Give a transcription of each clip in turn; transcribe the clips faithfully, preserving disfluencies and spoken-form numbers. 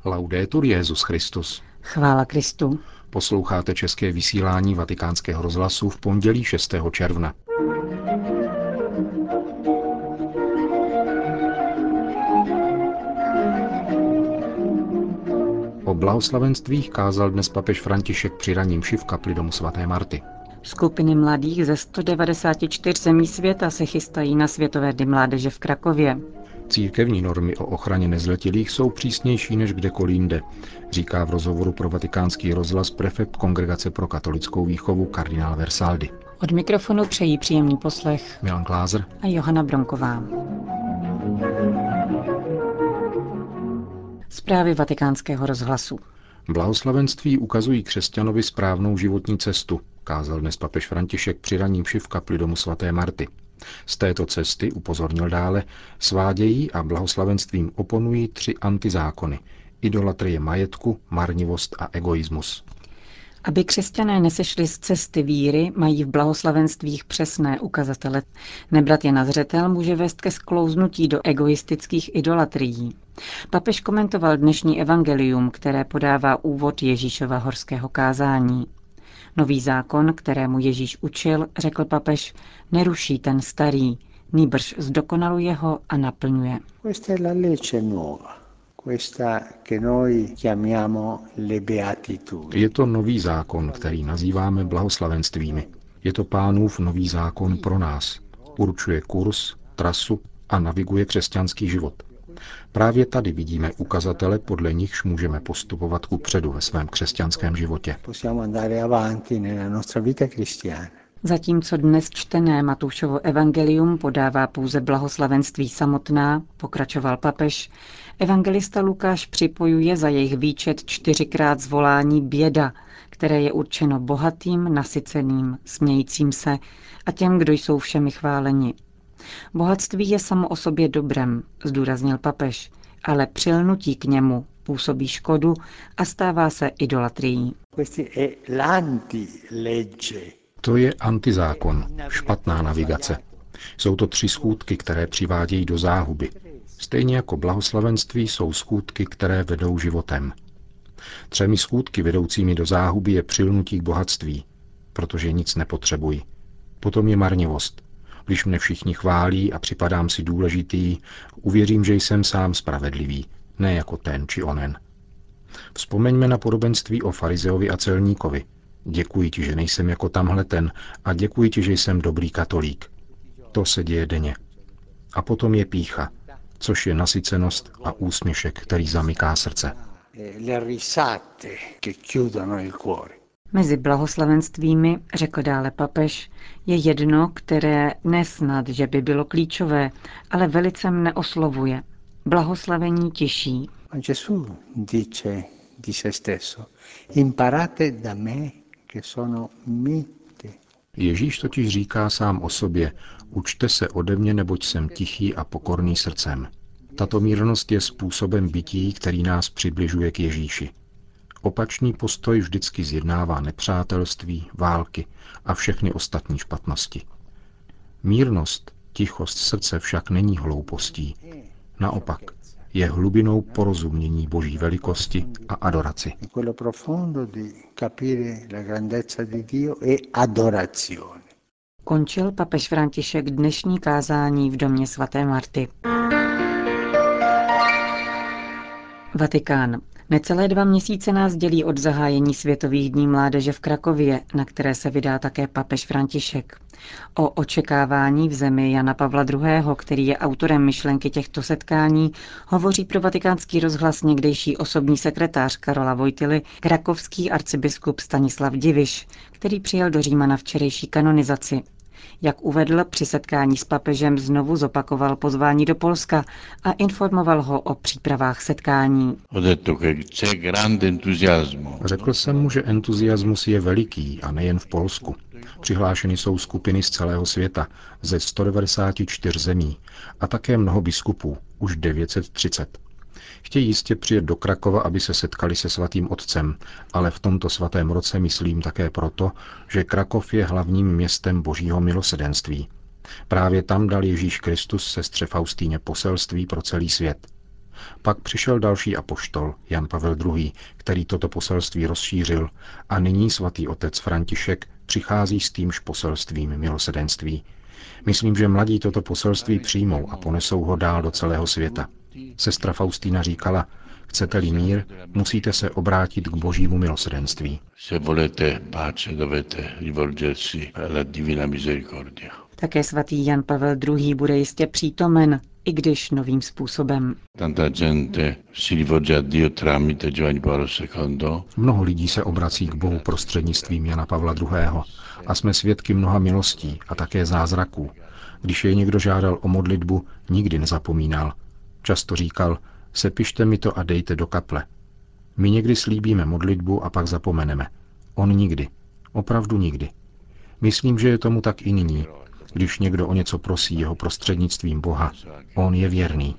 Laudetur Jesus Christus. Chvála Kristu. Posloucháte české vysílání Vatikánského rozhlasu v pondělí šestého června. O blahoslavenstvích kázal dnes papež František při raní mši v kapli domu svaté Marty. Skupiny mladých ze sto devadesát čtyři zemí světa se chystají na Světové dny mládeže v Krakově. Církevní normy o ochraně nezletilých jsou přísnější než kdekoliv jinde, říká v rozhovoru pro Vatikánský rozhlas prefekt Kongregace pro katolickou výchovu kardinál Versaldi. Od mikrofonu přejí příjemný poslech Milan Glázer a Johana Bronková. Zprávy Vatikánského rozhlasu. Blahoslavenství ukazují křesťanovi správnou životní cestu, kázal dnes papež František při raní mši v kapli domu svaté Marty. Z této cesty, upozornil dále, svádějí a blahoslavenstvím oponují tři antizákony: idolatrie majetku, marnivost a egoismus. Aby křesťané nesešli z cesty víry, mají v blahoslavenstvích přesné ukazatele. Nebrat je na zřetel může vést ke sklouznutí do egoistických idolatrií. Papež komentoval dnešní evangelium, které podává úvod Ježíšova horského kázání. Nový zákon, kterému Ježíš učil, řekl papež, neruší ten starý, nýbrž zdokonaluje ho a naplňuje. Je to nový zákon, který nazýváme blahoslavenstvími. Je to Pánův nový zákon pro nás. Určuje kurz, trasu a naviguje křesťanský život. Právě tady vidíme ukazatele, podle nichž můžeme postupovat kupředu ve svém křesťanském životě. Zatímco dnes čtené Matoušovo evangelium podává pouze blahoslavenství samotná, pokračoval papež, evangelista Lukáš připojuje za jejich výčet čtyřikrát zvolání běda, které je určeno bohatým, nasyceným, smějícím se a těm, kdo jsou všemi chváleni. Bohatství je samo o sobě dobrem, zdůraznil papež, ale přilnutí k němu působí škodu a stává se idolatrií. To je antizákon, špatná navigace. Jsou to tři skutky, které přivádějí do záhuby. Stejně jako blahoslavenství jsou skutky, které vedou životem. Třemi skutky vedoucími do záhuby je přilnutí k bohatství, protože nic nepotřebuji. Potom je marnivost. Když mne všichni chválí a připadám si důležitý, uvěřím, že jsem sám spravedlivý, ne jako ten či onen. Vzpomeňme na podobenství o farizeovi a celníkovi. Děkuji ti, že nejsem jako tamhle ten a děkuji ti, že jsem dobrý katolík. To se děje denně. A potom je pýcha, což je nasycenost a úsměšek, který zamyká srdce. Mezi blahoslavenstvími, řekl dále papež, je jedno, které nesnad, že by bylo klíčové, ale velice mne oslovuje. Blahoslavení těší. Ježíš totiž říká sám o sobě, učte se ode mě, neboť jsem tichý a pokorný srdcem. Tato mírnost je způsobem bytí, který nás přibližuje k Ježíši. Opačný postoj vždycky zjednává nepřátelství, války a všechny ostatní špatnosti. Mírnost, tichost srdce však není hloupostí. Naopak, je hlubinou porozumění Boží velikosti a adoraci. Končil papež František dnešní kázání v domě svaté Marty. Vatikán. Necelé dva měsíce nás dělí od zahájení Světových dní mládeže v Krakově, na které se vydá také papež František. O očekávání v zemi Jana Pavla druhého., který je autorem myšlenky těchto setkání, hovoří pro Vatikánský rozhlas někdejší osobní sekretář Karola Wojtyly, krakovský arcibiskup Stanislav Diviš, který přijel do Říma na včerejší kanonizaci. Jak uvedl, při setkání s papežem znovu zopakoval pozvání do Polska a informoval ho o přípravách setkání. Řekl jsem mu, že entuziasmus je veliký a nejen v Polsku. Přihlášeny jsou skupiny z celého světa, ze sto devadesát čtyři zemí a také mnoho biskupů, už devět set třicet. Chtějí jistě přijet do Krakova, aby se setkali se svatým otcem, ale v tomto svatém roce myslím také proto, že Krakov je hlavním městem Božího milosedenství. Právě tam dal Ježíš Kristus sestře Faustýně poselství pro celý svět. Pak přišel další apoštol, Jan Pavel druhý., který toto poselství rozšířil a nyní svatý otec František přichází s týmž poselstvím milosedenství. Myslím, že mladí toto poselství přijmou a ponesou ho dál do celého světa. Sestra Faustína říkala, chcete-li mír, musíte se obrátit k božímu milosedenství. Také svatý Jan Pavel druhý. Bude jistě přítomen, i když novým způsobem. Mnoho lidí se obrací k Bohu prostřednictvím Jana Pavla druhého. a jsme svědky mnoha milostí a také zázraků. Když jej někdo žádal o modlitbu, nikdy nezapomínal. Často říkal, sepište mi to a dejte do kaple. My někdy slíbíme modlitbu a pak zapomeneme. On nikdy. Opravdu nikdy. Myslím, že je tomu tak i nyní. Když někdo o něco prosí jeho prostřednictvím Boha, on je věrný.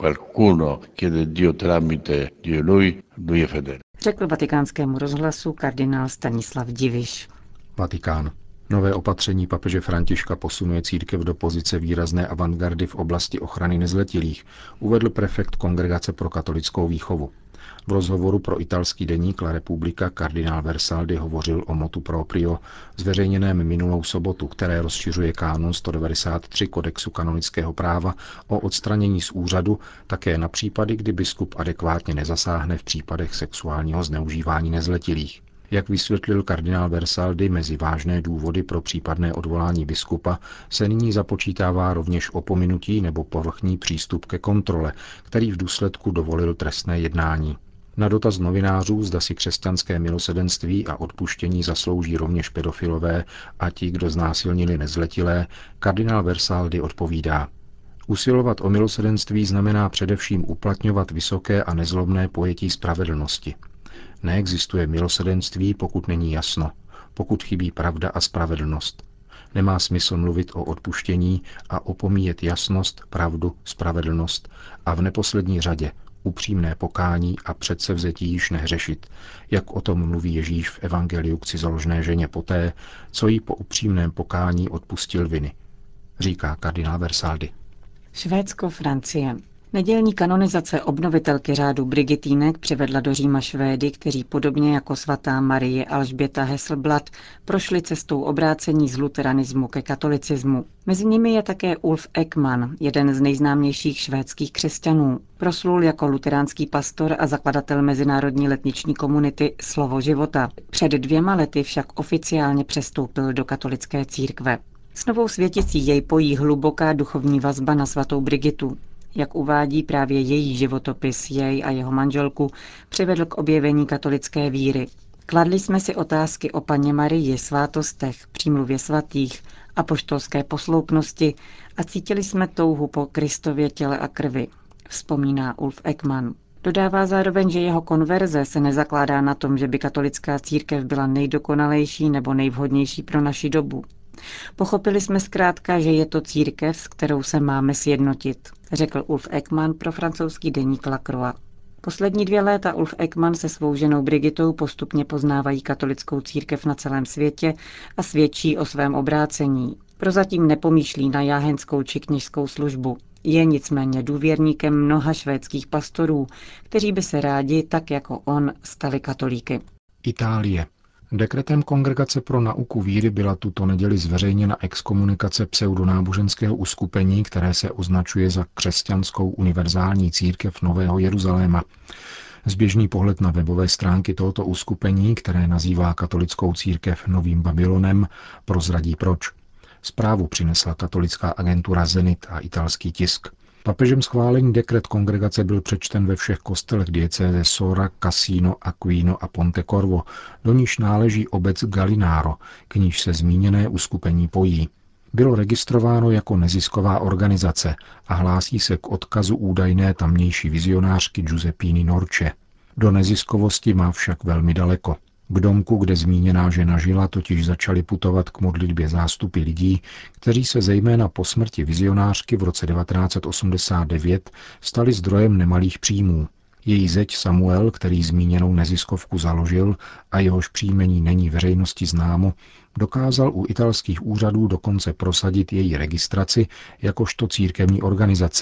Řekl Vatikánskému rozhlasu kardinál Stanislav Diviš. Vatikán. Nové opatření papeže Františka posunuje církev do pozice výrazné avantgardy v oblasti ochrany nezletilých, uvedl prefekt Kongregace pro katolickou výchovu. V rozhovoru pro italský deník La Repubblica kardinál Versaldi hovořil o motu proprio, zveřejněném minulou sobotu, které rozšiřuje kánon sto devadesát tři kodexu kanonického práva o odstranění z úřadu také na případy, kdy biskup adekvátně nezasáhne v případech sexuálního zneužívání nezletilých. Jak vysvětlil kardinál Versaldi, mezi vážné důvody pro případné odvolání biskupa se nyní započítává rovněž opominutí nebo povrchní přístup ke kontrole, který v důsledku dovolil trestné jednání. Na dotaz novinářů, zda si křesťanské milosedenství a odpuštění zaslouží rovněž pedofilové a ti, kdo znásilnili nezletilé, kardinál Versaldi odpovídá: usilovat o milosedenství znamená především uplatňovat vysoké a nezlobné pojetí spravedlnosti. Neexistuje milosedenství, pokud není jasno, pokud chybí pravda a spravedlnost. Nemá smysl mluvit o odpuštění a opomíjet jasnost, pravdu, spravedlnost a v neposlední řadě upřímné pokání a předsevzetí již nehřešit, jak o tom mluví Ježíš v evangeliu k cizoložné ženě poté, co jí po upřímném pokání odpustil viny, říká kardinál Versaldi. Švédsko, Francie. Nedělní kanonizace obnovitelky řádu Brigitínek přivedla do Říma Švédy, kteří podobně jako svatá Marie Alžběta Hesselblad prošli cestou obrácení z luteranismu ke katolicismu. Mezi nimi je také Ulf Ekman, jeden z nejznámějších švédských křesťanů. Proslul jako luteránský pastor a zakladatel mezinárodní letniční komunity Slovo života. Před dvěma lety však oficiálně přestoupil do katolické církve. S novou světicí jej pojí hluboká duchovní vazba na svatou Brigitu. Jak uvádí právě její životopis, jej a jeho manželku přivedl k objevení katolické víry. Kladli jsme si otázky o Panně Marii, svátostech, přímluvě svatých, apoštolské posloupnosti a cítili jsme touhu po Kristově těle a krvi, vzpomíná Ulf Ekman. Dodává zároveň, že jeho konverze se nezakládá na tom, že by katolická církev byla nejdokonalejší nebo nejvhodnější pro naši dobu. Pochopili jsme zkrátka, že je to církev, s kterou se máme sjednotit, řekl Ulf Ekman pro francouzský deník La Croix. Poslední dvě léta Ulf Ekman se svou ženou Brigitou postupně poznávají katolickou církev na celém světě a svědčí o svém obrácení. Prozatím nepomýšlí na jáhenskou či kněžskou službu. Je nicméně důvěrníkem mnoha švédských pastorů, kteří by se rádi, tak jako on, stali katolíky. Itálie. Dekretem Kongregace pro nauku víry byla tuto neděli zveřejněna exkomunikace pseudonáboženského uskupení, které se označuje za křesťanskou univerzální církev Nového Jeruzaléma. Zběžný pohled na webové stránky tohoto uskupení, které nazývá katolickou církev Novým Babylonem, prozradí proč. Zprávu přinesla katolická agentura Zenit a italský tisk. Papežem schválený dekret kongregace byl přečten ve všech kostelech diecéze Sora, Cassino, Aquino a Pontecorvo, do níž náleží obec Galinaro, k níž se zmíněné uskupení pojí. Bylo registrováno jako nezisková organizace a hlásí se k odkazu údajné tamnější vizionářky Giuseppiny Norče. Do neziskovosti má však velmi daleko. K domku, kde zmíněná žena žila, totiž začali putovat k modlitbě zástupy lidí, kteří se zejména po smrti vizionářky v roce devatenáct set osmdesát devět stali zdrojem nemalých příjmů. Její zeť Samuel, který zmíněnou neziskovku založil a jehož příjmení není veřejnosti známo, dokázal u italských úřadů dokonce prosadit její registraci jakožto církevní organizace,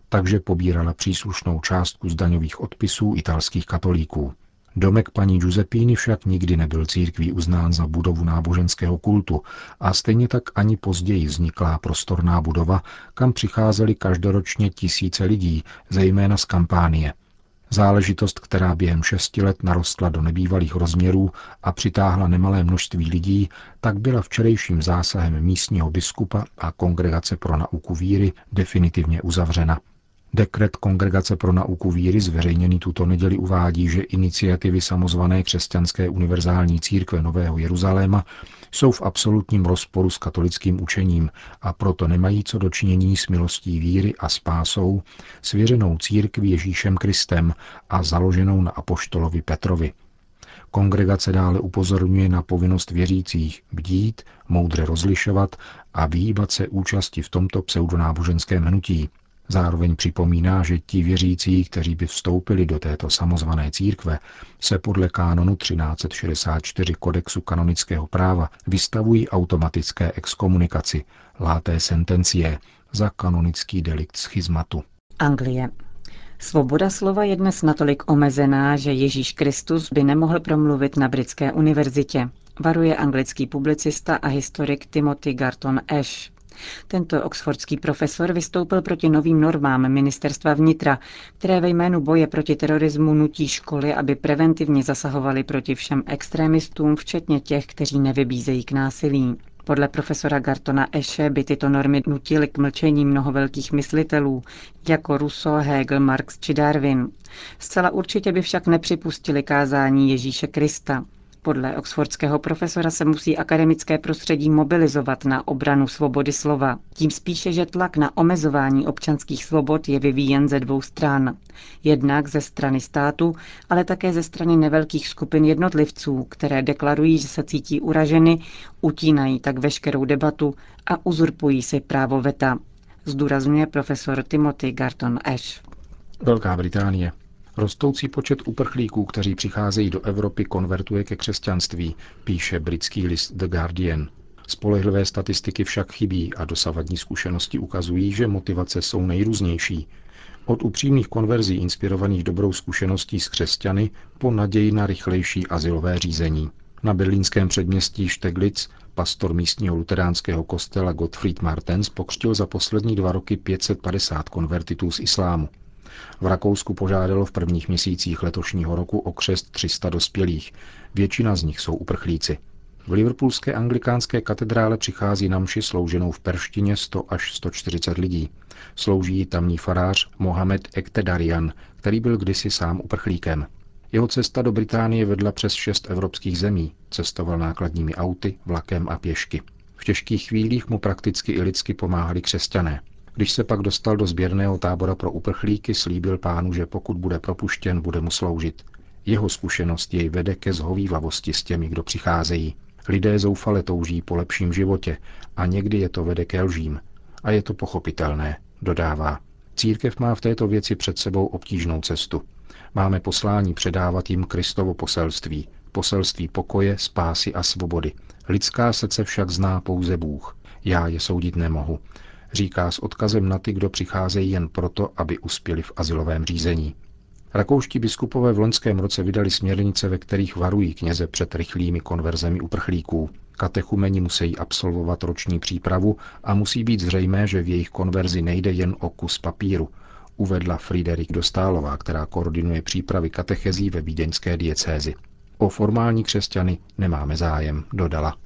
takže pobírala příslušnou částku z daňových odpisů italských katolíků. Domek paní Giuseppiny však nikdy nebyl církví uznán za budovu náboženského kultu a stejně tak ani později vzniklá prostorná budova, kam přicházeli každoročně tisíce lidí, zejména z Kampánie. Záležitost, která během šesti let narostla do nebývalých rozměrů a přitáhla nemalé množství lidí, tak byla včerejším zásahem místního biskupa a Kongregace pro nauku víry definitivně uzavřena. Dekret Kongregace pro nauku víry zveřejněný tuto neděli uvádí, že iniciativy samozvané Křesťanské univerzální církve Nového Jeruzaléma jsou v absolutním rozporu s katolickým učením a proto nemají co dočinění s milostí víry a spásou, svěřenou církvi Ježíšem Kristem a založenou na apoštolovi Petrovi. Kongregace dále upozorňuje na povinnost věřících bdít, moudře rozlišovat a vyhýbat se účasti v tomto pseudonáboženském hnutí. Zároveň připomíná, že ti věřící, kteří by vstoupili do této samozvané církve, se podle kánonu třináct set šedesát čtyři kodexu kanonického práva vystavují automatické exkomunikaci, láté sentencie, za kanonický delikt schizmatu. Anglie. Svoboda slova je dnes natolik omezená, že Ježíš Kristus by nemohl promluvit na britské univerzitě, varuje anglický publicista a historik Timothy Garton Ash. Tento oxfordský profesor vystoupil proti novým normám ministerstva vnitra, které ve jménu boje proti terorismu nutí školy, aby preventivně zasahovaly proti všem extremistům, včetně těch, kteří nevybízejí k násilí. Podle profesora Gartona Ashe by tyto normy nutily k mlčení mnoho velkých myslitelů, jako Rousseau, Hegel, Marx či Darwin. Zcela určitě by však nepřipustili kázání Ježíše Krista. Podle oxfordského profesora se musí akademické prostředí mobilizovat na obranu svobody slova. Tím spíše, že tlak na omezování občanských svobod je vyvíjen ze dvou stran. Jednak ze strany státu, ale také ze strany nevelkých skupin jednotlivců, které deklarují, že se cítí uraženy, utínají tak veškerou debatu a uzurpují si právo veta, zdůrazňuje profesor Timothy Garton Ash. Velká Británie. Rostoucí počet uprchlíků, kteří přicházejí do Evropy, konvertuje ke křesťanství, píše britský list The Guardian. Spolehlivé statistiky však chybí a dosavadní zkušenosti ukazují, že motivace jsou nejrůznější. Od upřímných konverzí inspirovaných dobrou zkušeností s křesťany po naději na rychlejší azylové řízení. Na berlínském předměstí Steglitz pastor místního luteránského kostela Gottfried Martens pokřtil za poslední dva roky pět set padesát konvertitů z islámu. V Rakousku požádalo v prvních měsících letošního roku o křest tři sta dospělých. Většina z nich jsou uprchlíci. V liverpoolské anglikánské katedrále přichází na mši slouženou v perštině sto až sto čtyřicet lidí. Slouží ji tamní farář Mohamed Ektedarian, který byl kdysi sám uprchlíkem. Jeho cesta do Británie vedla přes šest evropských zemí. Cestoval nákladními auty, vlakem a pěšky. V těžkých chvílích mu prakticky i lidsky pomáhali křesťané. Když se pak dostal do sběrného tábora pro uprchlíky, slíbil Pánu, že pokud bude propuštěn, bude mu sloužit. Jeho zkušenost jej vede ke zhovívavosti s těmi, kdo přicházejí. Lidé zoufale touží po lepším životě a někdy je to vede ke lžím. A je to pochopitelné, dodává. Církev má v této věci před sebou obtížnou cestu. Máme poslání předávat jim Kristovo poselství, poselství pokoje, spásy a svobody. Lidská srdce však zná pouze Bůh. Já je soudit nemohu. Říká s odkazem na ty, kdo přicházejí jen proto, aby uspěli v azylovém řízení. Rakouští biskupové v loňském roce vydali směrnice, ve kterých varují kněze před rychlými konverzemi uprchlíků. Katechumeni musí absolvovat roční přípravu a musí být zřejmé, že v jejich konverzi nejde jen o kus papíru, uvedla Friederik Dostálová, která koordinuje přípravy katechezí ve vídeňské diecézi. O formální křesťany nemáme zájem, dodala.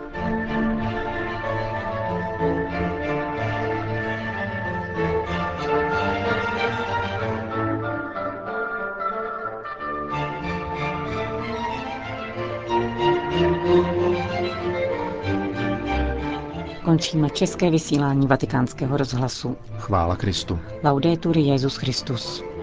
Končíme české vysílání Vatikánského rozhlasu. Chvála Kristu. Laudetur Jesus Christus.